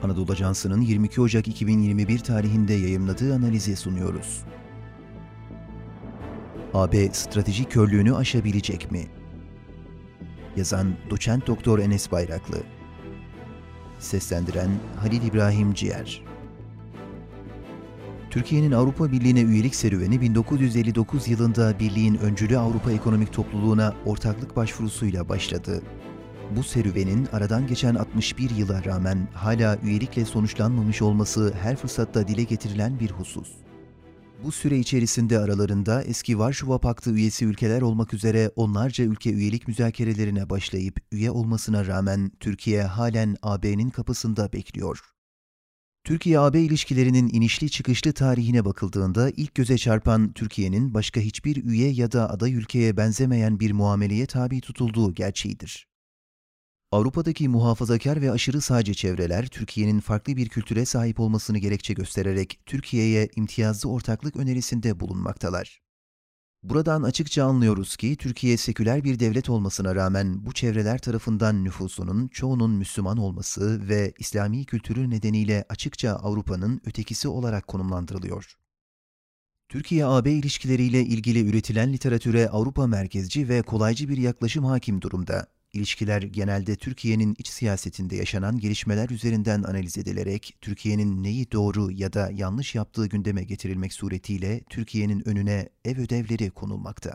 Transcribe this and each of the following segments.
Anadolu Ajansı'nın 22 Ocak 2021 tarihinde yayımladığı analizi sunuyoruz. AB stratejik körlüğünü aşabilecek mi? Yazan Doçent Doktor Enes Bayraklı. Seslendiren Halil İbrahim Ciğer. Türkiye'nin Avrupa Birliği'ne üyelik serüveni 1959 yılında Birliğin öncülü Avrupa Ekonomik Topluluğu'na ortaklık başvurusuyla başladı. Bu serüvenin aradan geçen 61 yıla rağmen hala üyelikle sonuçlanmamış olması her fırsatta dile getirilen bir husus. Bu süre içerisinde aralarında eski Varşova Paktı üyesi ülkeler olmak üzere onlarca ülke üyelik müzakerelerine başlayıp üye olmasına rağmen Türkiye halen AB'nin kapısında bekliyor. Türkiye-AB ilişkilerinin inişli çıkışlı tarihine bakıldığında ilk göze çarpan Türkiye'nin başka hiçbir üye ya da aday ülkeye benzemeyen bir muameleye tabi tutulduğu gerçeğidir. Avrupa'daki muhafazakar ve aşırı sağcı çevreler, Türkiye'nin farklı bir kültüre sahip olmasını gerekçe göstererek Türkiye'ye imtiyazlı ortaklık önerisinde bulunmaktalar. Buradan açıkça anlıyoruz ki, Türkiye seküler bir devlet olmasına rağmen bu çevreler tarafından nüfusunun çoğunun Müslüman olması ve İslami kültürü nedeniyle açıkça Avrupa'nın ötekisi olarak konumlandırılıyor. Türkiye-AB ilişkileriyle ilgili üretilen literatüre Avrupa merkezci ve kolaycı bir yaklaşım hakim durumda. İlişkiler genelde Türkiye'nin iç siyasetinde yaşanan gelişmeler üzerinden analiz edilerek, Türkiye'nin neyi doğru ya da yanlış yaptığı gündeme getirilmek suretiyle Türkiye'nin önüne ev ödevleri konulmakta.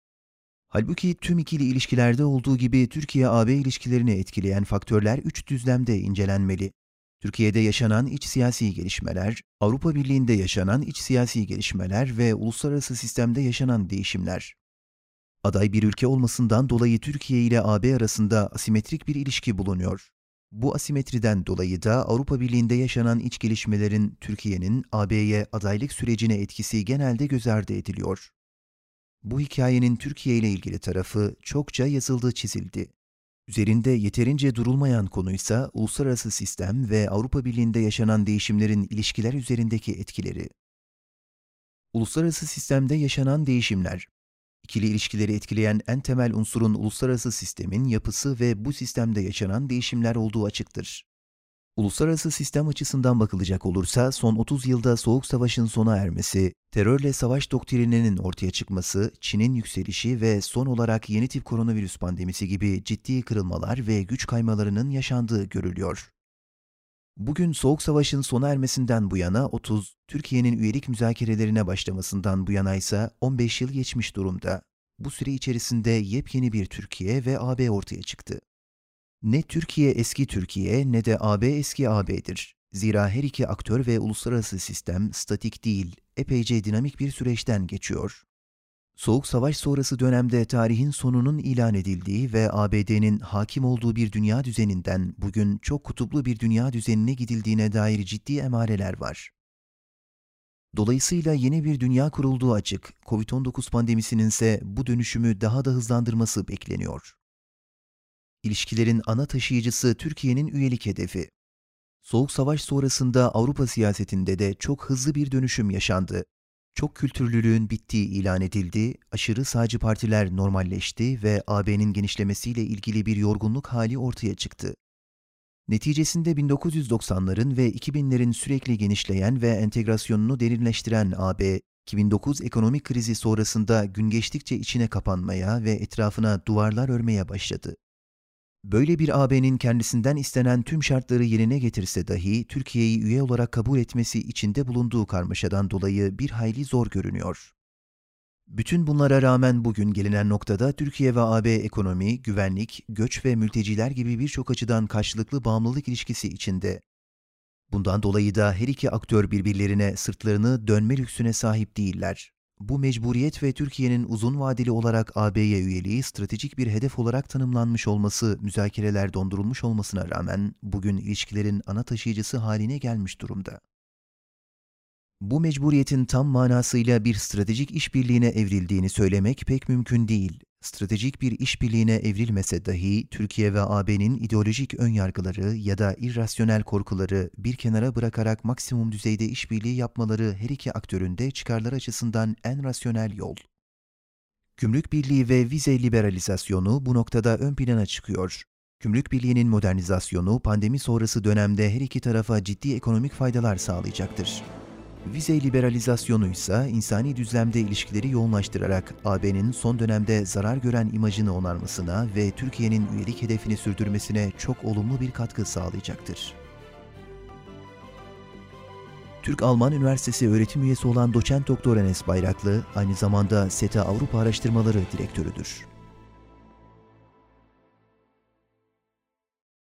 Halbuki tüm ikili ilişkilerde olduğu gibi Türkiye-AB ilişkilerini etkileyen faktörler üç düzlemde incelenmeli. Türkiye'de yaşanan iç siyasi gelişmeler, Avrupa Birliği'nde yaşanan iç siyasi gelişmeler ve uluslararası sistemde yaşanan değişimler. Aday bir ülke olmasından dolayı Türkiye ile AB arasında asimetrik bir ilişki bulunuyor. Bu asimetriden dolayı da Avrupa Birliği'nde yaşanan iç gelişmelerin Türkiye'nin AB'ye adaylık sürecine etkisi genelde göz ardı ediliyor. Bu hikayenin Türkiye ile ilgili tarafı çokça yazıldı, çizildi. Üzerinde yeterince durulmayan konuysa uluslararası sistem ve Avrupa Birliği'nde yaşanan değişimlerin ilişkiler üzerindeki etkileri. Uluslararası sistemde yaşanan değişimler. İkili ilişkileri etkileyen en temel unsurun uluslararası sistemin yapısı ve bu sistemde yaşanan değişimler olduğu açıktır. Uluslararası sistem açısından bakılacak olursa son 30 yılda Soğuk Savaş'ın sona ermesi, terörle savaş doktrinlerinin ortaya çıkması, Çin'in yükselişi ve son olarak yeni tip koronavirüs pandemisi gibi ciddi kırılmalar ve güç kaymalarının yaşandığı görülüyor. Bugün Soğuk Savaş'ın sona ermesinden bu yana 30, Türkiye'nin üyelik müzakerelerine başlamasından bu yana ise 15 yıl geçmiş durumda. Bu süre içerisinde yepyeni bir Türkiye ve AB ortaya çıktı. Ne Türkiye eski Türkiye ne de AB eski AB'dir. Zira her iki aktör ve uluslararası sistem statik değil, epeyce dinamik bir süreçten geçiyor. Soğuk Savaş sonrası dönemde tarihin sonunun ilan edildiği ve ABD'nin hakim olduğu bir dünya düzeninden bugün çok kutuplu bir dünya düzenine gidildiğine dair ciddi emareler var. Dolayısıyla yeni bir dünya kurulduğu açık, Covid-19 pandemisinin ise bu dönüşümü daha da hızlandırması bekleniyor. İlişkilerin ana taşıyıcısı Türkiye'nin üyelik hedefi. Soğuk Savaş sonrasında Avrupa siyasetinde de çok hızlı bir dönüşüm yaşandı. Çok kültürlülüğün bittiği ilan edildi, aşırı sağcı partiler normalleşti ve AB'nin genişlemesiyle ilgili bir yorgunluk hali ortaya çıktı. Neticesinde 1990'ların ve 2000'lerin sürekli genişleyen ve entegrasyonunu derinleştiren AB, 2009 ekonomik krizi sonrasında gün geçtikçe içine kapanmaya ve etrafına duvarlar örmeye başladı. Böyle bir AB'nin kendisinden istenen tüm şartları yerine getirse dahi Türkiye'yi üye olarak kabul etmesi içinde bulunduğu karmaşadan dolayı bir hayli zor görünüyor. Bütün bunlara rağmen bugün gelinen noktada Türkiye ve AB ekonomi, güvenlik, göç ve mülteciler gibi birçok açıdan karşılıklı bağımlılık ilişkisi içinde. Bundan dolayı da her iki aktör birbirlerine sırtlarını dönme lüksüne sahip değiller. Bu mecburiyet ve Türkiye'nin uzun vadeli olarak AB'ye üyeliği stratejik bir hedef olarak tanımlanmış olması, müzakereler dondurulmuş olmasına rağmen bugün ilişkilerin ana taşıyıcısı haline gelmiş durumda. Bu mecburiyetin tam manasıyla bir stratejik işbirliğine evrildiğini söylemek pek mümkün değil. Stratejik bir işbirliğine evrilmese dahi Türkiye ve AB'nin ideolojik önyargıları ya da irrasyonel korkuları bir kenara bırakarak maksimum düzeyde işbirliği yapmaları her iki aktörün de çıkarlar açısından en rasyonel yol. Gümrük Birliği ve vize liberalizasyonu bu noktada ön plana çıkıyor. Gümrük Birliği'nin modernizasyonu pandemi sonrası dönemde her iki tarafa ciddi ekonomik faydalar sağlayacaktır. Vize liberalizasyonu ise insani düzlemde ilişkileri yoğunlaştırarak AB'nin son dönemde zarar gören imajını onarmasına ve Türkiye'nin üyelik hedefini sürdürmesine çok olumlu bir katkı sağlayacaktır. Türk-Alman Üniversitesi öğretim üyesi olan doçent doktor Enes Bayraklı, aynı zamanda SETA Avrupa Araştırmaları Direktörüdür.